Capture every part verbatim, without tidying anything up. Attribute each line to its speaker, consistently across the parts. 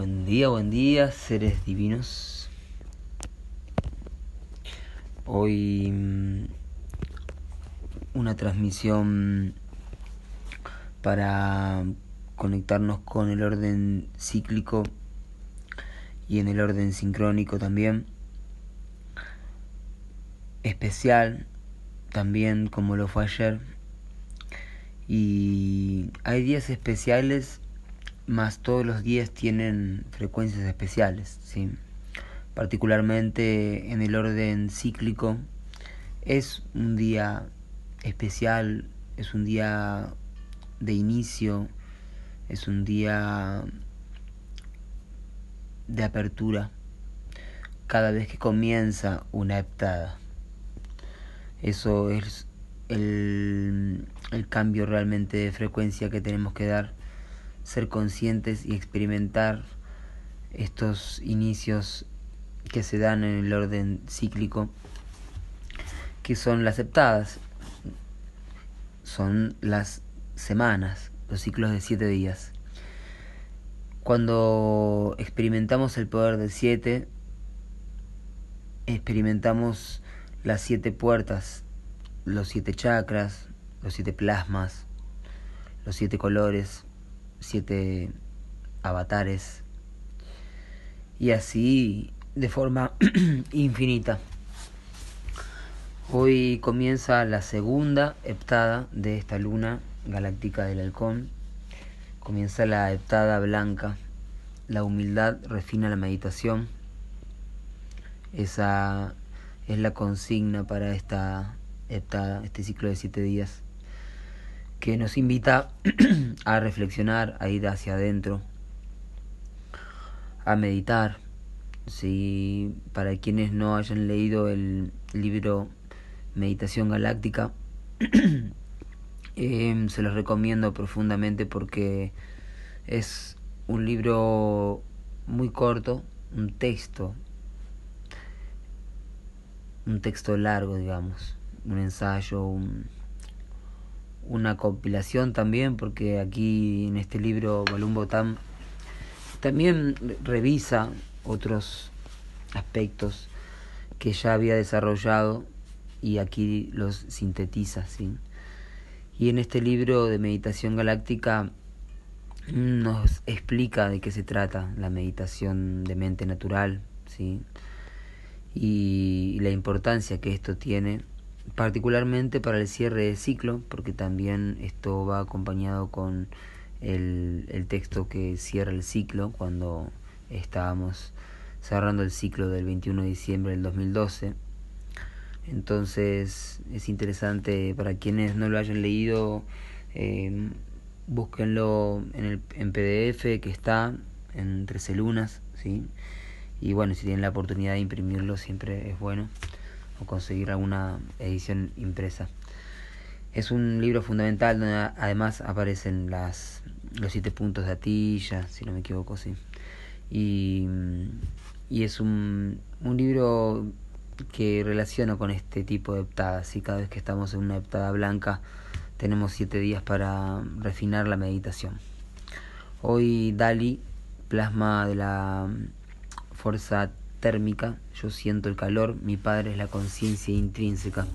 Speaker 1: Buen día, buen día, seres divinos. Hoy una transmisión para conectarnos con el orden cíclico y en el orden sincrónico también. Especial también como lo fue ayer. Y hay días especiales, más todos los días tienen frecuencias especiales, ¿sí? Particularmente en el orden cíclico es un día especial, es un día de inicio, es un día de apertura cada vez que comienza una heptada. Eso es el, el cambio realmente de frecuencia que tenemos que dar, ser conscientes y experimentar estos inicios que se dan en el orden cíclico, que son las heptadas, son las semanas, los ciclos de siete días. Cuando experimentamos el poder del siete, experimentamos las siete puertas, los siete chakras, los siete plasmas, los siete colores, siete avatares, y así de forma infinita. Hoy comienza la segunda heptada de esta luna galáctica del Halcón. Comienza la heptada blanca. La humildad refina la meditación. Esa es la consigna para esta heptada, este ciclo de siete días, que nos invita a reflexionar, a ir hacia adentro, a meditar. Si para quienes no hayan leído el libro Meditación Galáctica, eh, se los recomiendo profundamente porque es un libro muy corto, un texto, un texto largo, digamos, un ensayo, un, una compilación también, porque aquí en este libro Balum Botán también revisa otros aspectos que ya había desarrollado y aquí los sintetiza, ¿sí? Y en este libro de Meditación Galáctica nos explica de qué se trata la meditación de mente natural, ¿sí? Y la importancia que esto tiene, particularmente para el cierre de ciclo, porque también esto va acompañado con el, el texto que cierra el ciclo cuando estábamos cerrando el ciclo del veintiuno de diciembre del dos mil doce. Entonces es interesante para quienes no lo hayan leído, eh, búsquenlo en el en P D F que está en trece lunas, ¿sí? Y bueno, si tienen la oportunidad de imprimirlo siempre es bueno, o conseguir alguna edición impresa. Es un libro fundamental donde además aparecen las los siete puntos de Atilla, si no me equivoco, sí. Y, y es un, un libro que relaciona con este tipo de heptadas, ¿sí? Cada vez que estamos en una heptada blanca tenemos siete días para refinar la meditación. Hoy Dali, plasma de la fuerza térmica, yo siento el calor, mi padre es la conciencia intrínseca.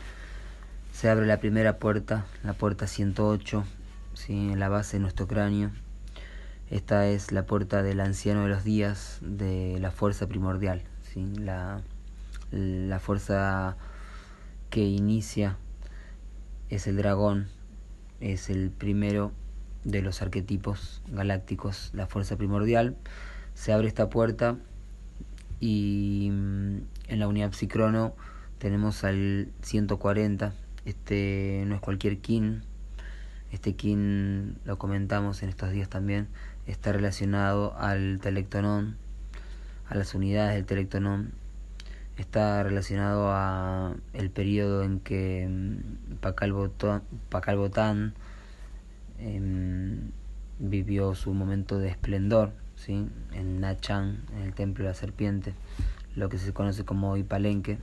Speaker 1: Se abre la primera puerta, la puerta ciento ocho, ¿sí? En la base de nuestro cráneo. Esta es la puerta del anciano de los días, de la fuerza primordial, ¿sí? La, la fuerza que inicia es el dragón, es el primero de los arquetipos galácticos, la fuerza primordial. Se abre esta puerta y en la unidad psicrono tenemos al ciento cuarenta. Este no es cualquier kin, este kin lo comentamos en estos días también, está relacionado al telectonón, a las unidades del telectonón, está relacionado a el periodo en que Pakal Botán, Pakal Botán eh, vivió su momento de esplendor, ¿sí? En Nachan, en el templo de la serpiente, lo que se conoce como Ipalenque.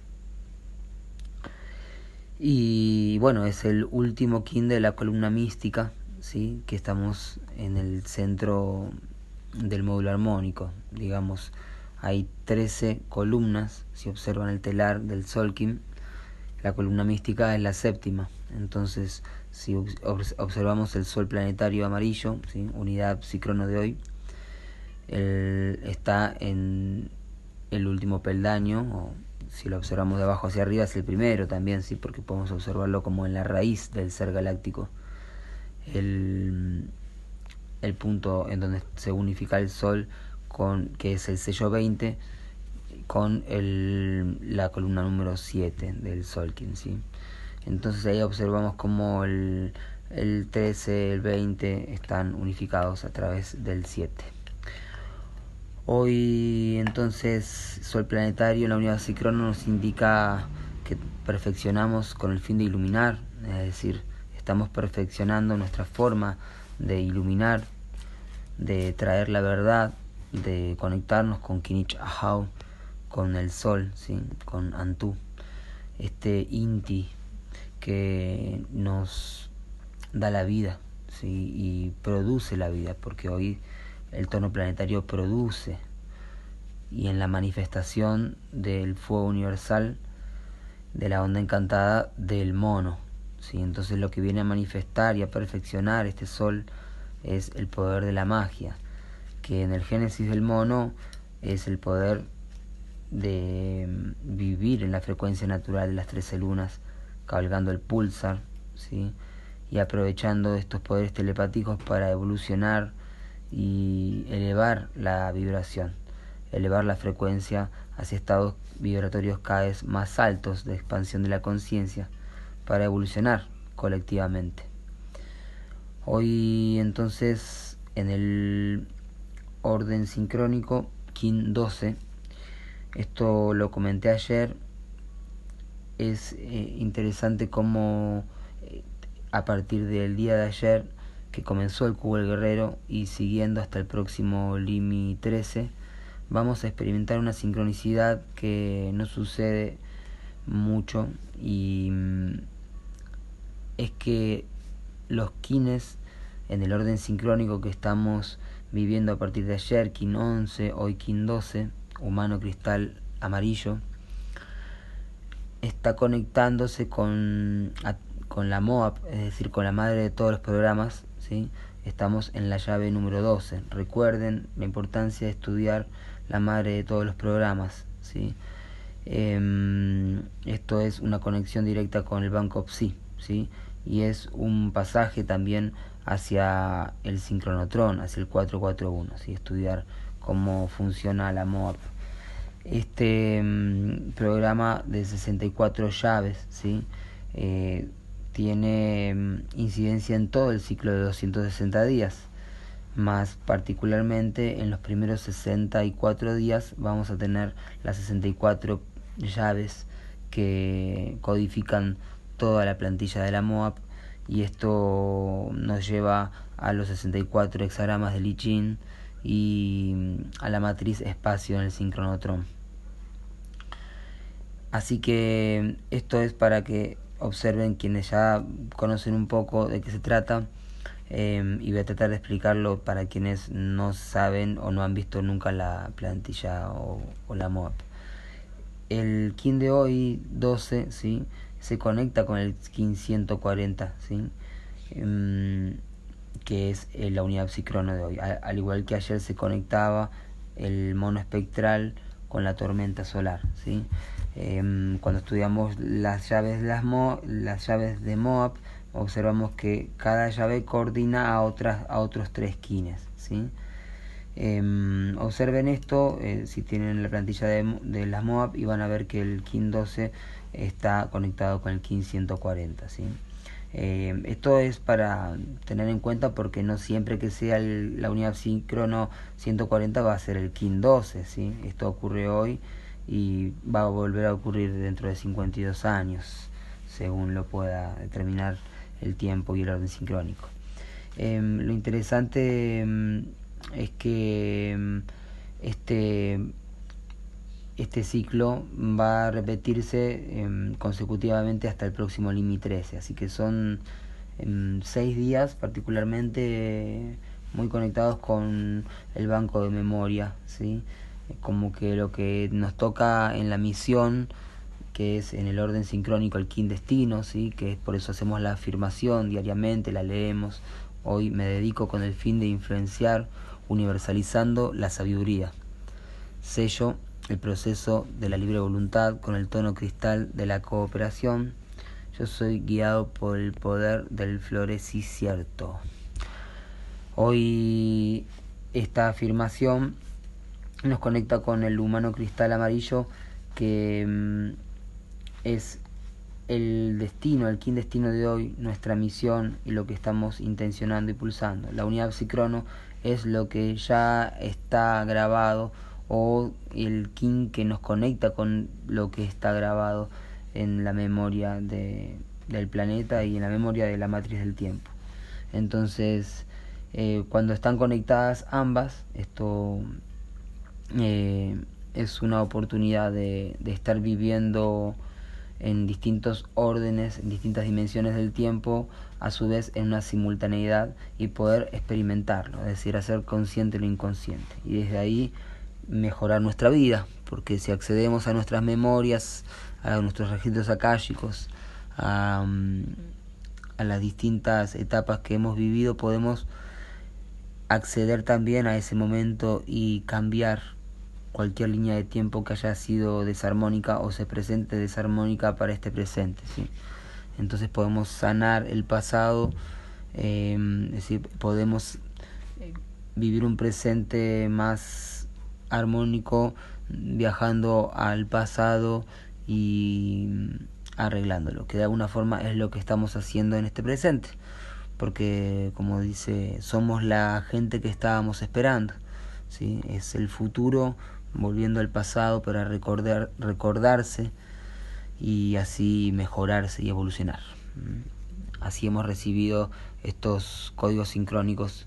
Speaker 1: Y bueno, es el último kin de la columna mística, ¿sí? Que estamos en el centro del módulo armónico. Digamos, hay trece columnas, si observan el telar del Tzolk'in, la columna mística es la séptima. Entonces, si observamos el sol planetario amarillo, ¿sí?, unidad psicrono de hoy, el, está en el último peldaño, o si lo observamos de abajo hacia arriba es el primero también, ¿sí?, porque podemos observarlo como en la raíz del ser galáctico. El, el punto en donde se unifica el sol, con que es el sello veinte, con el, la columna número siete del Tzolk'in, ¿sí? Entonces ahí observamos como el, el trece, el veinte están unificados a través del siete. Hoy entonces sol planetario en la unidad psicrono nos indica que perfeccionamos con el fin de iluminar, es decir, estamos perfeccionando nuestra forma de iluminar, de traer la verdad, de conectarnos con Kinich Ahau, con el sol, ¿sí?, con Antú, este Inti que nos da la vida, ¿sí?, y produce la vida, porque hoy el tono planetario produce, y en la manifestación del fuego universal, de la onda encantada del mono, ¿sí? Entonces lo que viene a manifestar y a perfeccionar este sol es el poder de la magia, que en el génesis del mono es el poder de vivir en la frecuencia natural de las trece lunas, cabalgando el pulsar, ¿sí?, y aprovechando estos poderes telepáticos para evolucionar y elevar la vibración, elevar la frecuencia hacia estados vibratorios cada vez más altos de expansión de la conciencia, para evolucionar colectivamente. Hoy entonces en el orden sincrónico Kin doce, esto lo comenté ayer, es eh, interesante cómo eh, a partir del día de ayer que comenzó el Cubo del Guerrero y siguiendo hasta el próximo Limi trece, vamos a experimentar una sincronicidad que no sucede mucho, y mm, es que los kines en el orden sincrónico que estamos viviendo a partir de ayer, Kin once, hoy Kin doce, humano cristal amarillo, está conectándose con, a, con la Moab, es decir, con la madre de todos los programas, ¿sí? Estamos en la llave número doce. Recuerden la importancia de estudiar la madre de todos los programas, ¿sí? Eh, esto es una conexión directa con el Banco Psi, ¿sí? Y es un pasaje también hacia el sincronotrón, hacia el cuatrocientos cuarenta y uno, ¿sí? Estudiar cómo funciona la Moab. Este um, programa de sesenta y cuatro llaves, ¿sí? eh, tiene um, incidencia en todo el ciclo de doscientos sesenta días, más particularmente en los primeros sesenta y cuatro días vamos a tener las sesenta y cuatro llaves que codifican toda la plantilla de la Moab, y esto nos lleva a los sesenta y cuatro hexagramas del I Ching y a la matriz espacio en el sincronotrón. Así que esto es para que observen quienes ya conocen un poco de qué se trata, eh, y voy a tratar de explicarlo para quienes no saben o no han visto nunca la plantilla o, o la Moab. El Kin de hoy, doce, ¿sí?, se conecta con el Kin ciento cuarenta, ¿sí?, um, que es eh, la unidad psicrono de hoy. Al, al igual que ayer se conectaba el mono espectral con la tormenta solar, ¿sí? Eh, cuando estudiamos las llaves de las Mo, las llaves de Moab, observamos que cada llave coordina a otras a otros tres kines, ¿sí? Eh, observen esto, eh, si tienen la plantilla de, de las Moab, y van a ver que el Kin doce está conectado con el Kin ciento cuarenta, ¿sí? Eh, esto es para tener en cuenta, porque no siempre que sea el, la unidad sincrono ciento cuarenta va a ser el Kin doce, ¿sí? Esto ocurre hoy y va a volver a ocurrir dentro de cincuenta y dos años, según lo pueda determinar el tiempo y el orden sincrónico. Eh, lo interesante eh, es que este este ciclo va a repetirse eh, consecutivamente hasta el próximo Limi trece, así que son eh, seis días particularmente muy conectados con el banco de memoria, ¿sí? Como que lo que nos toca en la misión, que es en el orden sincrónico el Kin Destino, ¿sí? Que por eso hacemos la afirmación diariamente, la leemos. Hoy me dedico con el fin de influenciar, universalizando la sabiduría. Sello el proceso de la libre voluntad con el tono cristal de la cooperación. Yo soy guiado por el poder del florecicierto. Hoy esta afirmación nos conecta con el humano cristal amarillo, que mmm, es el destino, el Kin Destino de hoy, nuestra misión y lo que estamos intencionando y pulsando. La unidad psicrono es lo que ya está grabado, o el Kin que nos conecta con lo que está grabado en la memoria de, del planeta y en la memoria de la matriz del tiempo. Entonces, eh, cuando están conectadas ambas, esto eh, es una oportunidad de, de estar viviendo en distintos órdenes, en distintas dimensiones del tiempo, a su vez en una simultaneidad, y poder experimentarlo, es decir, hacer consciente lo inconsciente, y desde ahí mejorar nuestra vida, porque si accedemos a nuestras memorias, a nuestros registros akáshicos, a, a las distintas etapas que hemos vivido, podemos acceder también a ese momento y cambiar cualquier línea de tiempo que haya sido desarmónica o se presente desarmónica para este presente, ¿sí? Entonces podemos sanar el pasado, eh, es decir, podemos vivir un presente más armónico viajando al pasado y arreglándolo, que de alguna forma es lo que estamos haciendo en este presente, porque como dice, somos la gente que estábamos esperando, ¿sí? Es el futuro volviendo al pasado para recordar, recordarse y así mejorarse y evolucionar. Así hemos recibido estos códigos sincrónicos,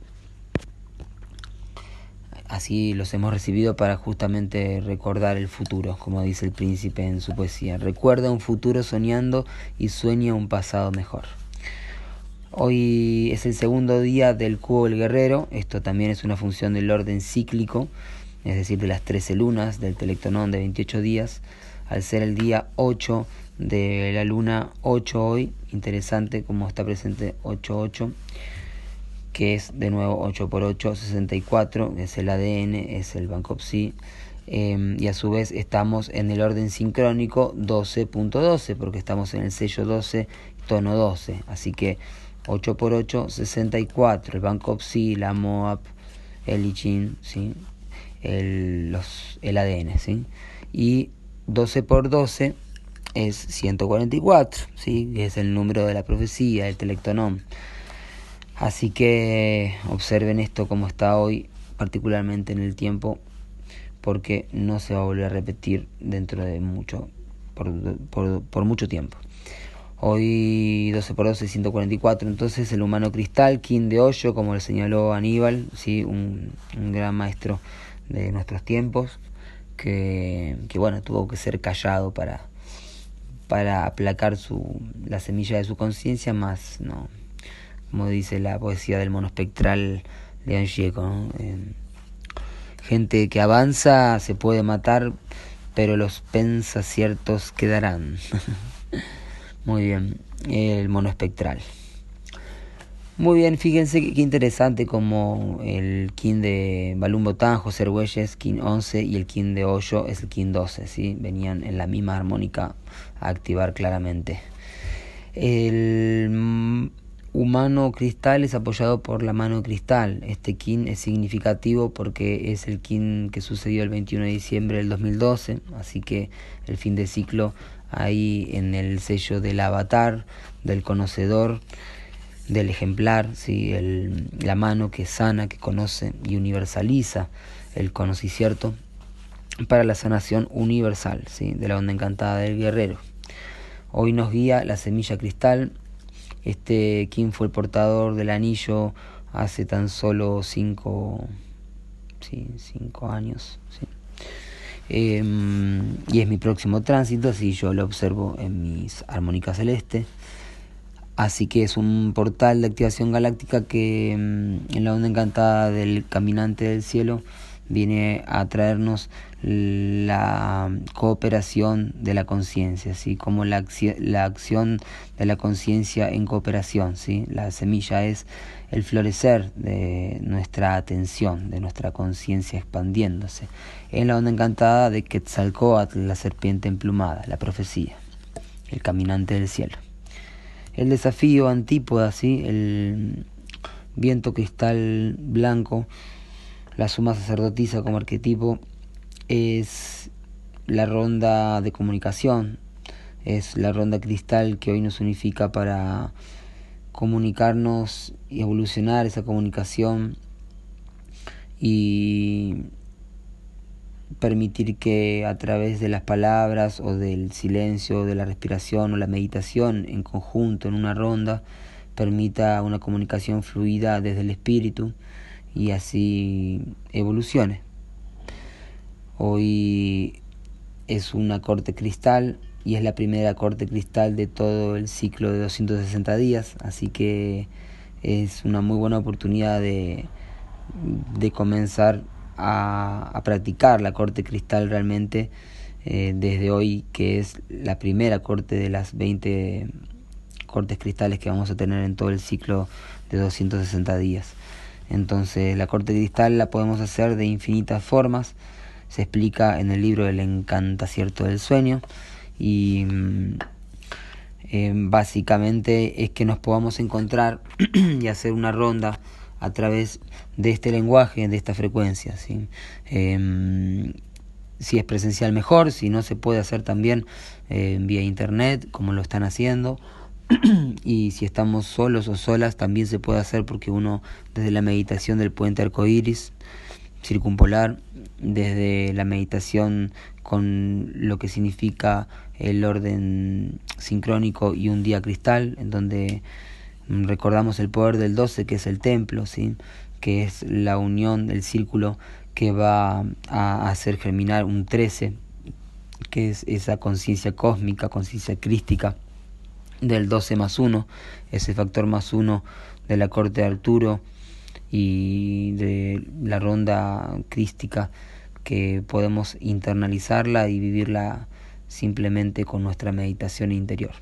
Speaker 1: así los hemos recibido para justamente recordar el futuro, como dice el príncipe en su poesía. Recuerda un futuro soñando y sueña un pasado mejor. Hoy es el segundo día del cubo del guerrero. Esto también es una función del orden cíclico, es decir, de las trece lunas del telectonón de veintiocho días. Al ser el día ocho de la luna ocho hoy, interesante como está presente ocho ocho, que es de nuevo ocho por ocho, sesenta y cuatro, es el A D N, es el Banco Psi, eh, y a su vez estamos en el orden sincrónico doce punto doce, porque estamos en el sello doce, tono doce, así que ocho por ocho, sesenta y cuatro, el Banco Psi, la Moab, el I Ching, ¿sí? el, los, el A D N, ¿sí? Y doce por doce es ciento cuarenta y cuatro, ¿sí? Que es el número de la profecía, el telectonón. Así que observen esto como está hoy, particularmente en el tiempo, porque no se va a volver a repetir dentro de mucho, por, por, por mucho tiempo. Hoy doce por doce, ciento cuarenta y cuatro, entonces el humano cristal, Kin de Hoyo, como le señaló Aníbal, ¿sí? un, un gran maestro de nuestros tiempos, que, que bueno, tuvo que ser callado para, para aplacar su, la semilla de su conciencia, más no, como dice la poesía del mono espectral León Gieco, ¿no? Eh, gente que avanza se puede matar, pero los pensaciertos quedarán. Muy bien, el mono espectral. Muy bien, fíjense qué interesante como el Kin de Balún Botán, José Argüelles, Kin once, y el Kin de Hoyo es el Kin doce, ¿sí? Venían en la misma armónica a activar claramente. El humano cristal es apoyado por la mano cristal. Este Kin es significativo porque es el Kin que sucedió el veintiuno de diciembre del dos mil doce, así que el fin de ciclo ahí en el sello del avatar, del conocedor, del ejemplar, ¿sí? el, la mano que sana, que conoce y universaliza el conocimiento para la sanación universal, ¿sí? de la onda encantada del guerrero. Hoy nos guía la semilla cristal. Este Kin fue el portador del anillo hace tan solo cinco, sí, cinco años, ¿sí? Eh, y es mi próximo tránsito, así yo lo observo en mis armónicas celeste. Así que es un portal de activación galáctica que mm, en la onda encantada del caminante del cielo viene a traernos la cooperación de la conciencia, ¿sí? Como la, acci- la acción de la conciencia en cooperación, ¿sí? La semilla es el florecer de nuestra atención, de nuestra conciencia expandiéndose. En la onda encantada de Quetzalcóatl, la serpiente emplumada, la profecía, el caminante del cielo. El desafío antípoda, ¿sí? El viento cristal blanco, la suma sacerdotisa como arquetipo, es la ronda de comunicación, es la ronda cristal que hoy nos unifica para comunicarnos y evolucionar esa comunicación y permitir que a través de las palabras o del silencio, de la respiración o la meditación en conjunto en una ronda permita una comunicación fluida desde el espíritu y así evolucione. Hoy es una corte cristal y es la primera corte cristal de todo el ciclo de doscientos sesenta días, así que es una muy buena oportunidad de, de comenzar a, a practicar la corte cristal realmente eh, desde hoy, que es la primera corte de las veinte cortes cristales que vamos a tener en todo el ciclo de doscientos sesenta días. Entonces la corte cristal la podemos hacer de infinitas formas, se explica en el libro El Encantacierto del Sueño y eh, básicamente es que nos podamos encontrar y hacer una ronda a través de este lenguaje, de esta frecuencia, ¿sí? Eh, si es presencial mejor, si no se puede hacer también eh, vía internet, como lo están haciendo. Y si estamos solos o solas también se puede hacer, porque uno desde la meditación del puente arcoíris circumpolar, desde la meditación con lo que significa el orden sincrónico y un día cristal, en donde recordamos el poder del doce, que es el templo, ¿sí? Que es la unión del círculo que va a hacer germinar un trece, que es esa conciencia cósmica, conciencia crística del doce más uno, ese factor más uno de la corte de Arturo y de la ronda crística, que podemos internalizarla y vivirla simplemente con nuestra meditación interior.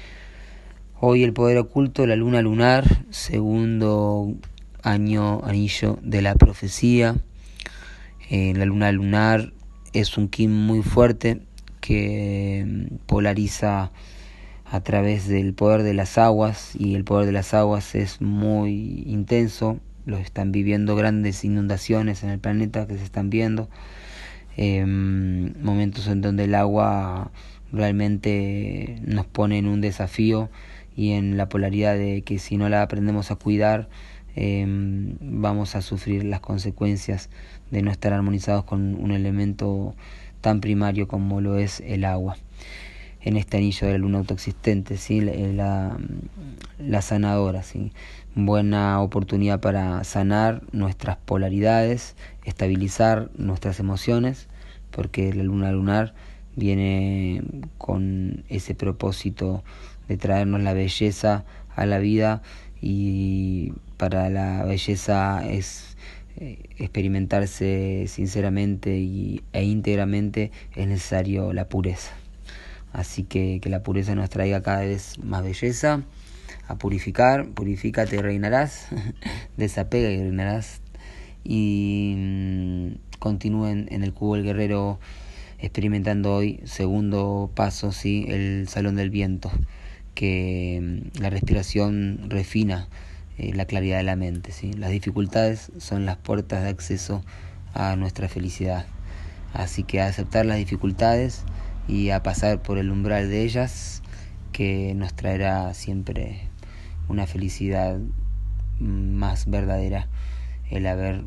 Speaker 1: Hoy el poder oculto, la luna lunar, segundo año anillo de la profecía. Eh, la luna lunar es un ki muy fuerte que polariza a través del poder de las aguas, y el poder de las aguas es muy intenso. Lo están viviendo grandes inundaciones en el planeta que se están viendo, eh, momentos en donde el agua realmente nos pone en un desafío y en la polaridad de que si no la aprendemos a cuidar, eh, vamos a sufrir las consecuencias de no estar armonizados con un elemento tan primario como lo es el agua. En este anillo de la luna autoexistente, ¿sí? la, la, la sanadora, ¿sí? Buena oportunidad para sanar nuestras polaridades, estabilizar nuestras emociones, porque la luna lunar viene con ese propósito de traernos la belleza a la vida, y para la belleza es experimentarse sinceramente y, e íntegramente, es necesario la pureza. Así que que la pureza nos traiga cada vez más belleza, a purificar, purifícate y reinarás, desapega y reinarás, y mmm, continúen en el Cubo del Guerrero experimentando hoy, segundo paso, ¿sí? El Salón del Viento, que mmm, la respiración refina eh, la claridad de la mente, ¿sí? Las dificultades son las puertas de acceso a nuestra felicidad, así que a aceptar las dificultades y a pasar por el umbral de ellas, que nos traerá siempre una felicidad más verdadera, el haber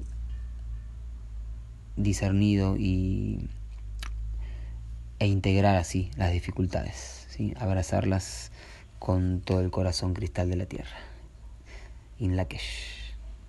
Speaker 1: discernido y, e integrar así las dificultades, ¿sí? Abrazarlas con todo el corazón cristal de la tierra. In Lakesh.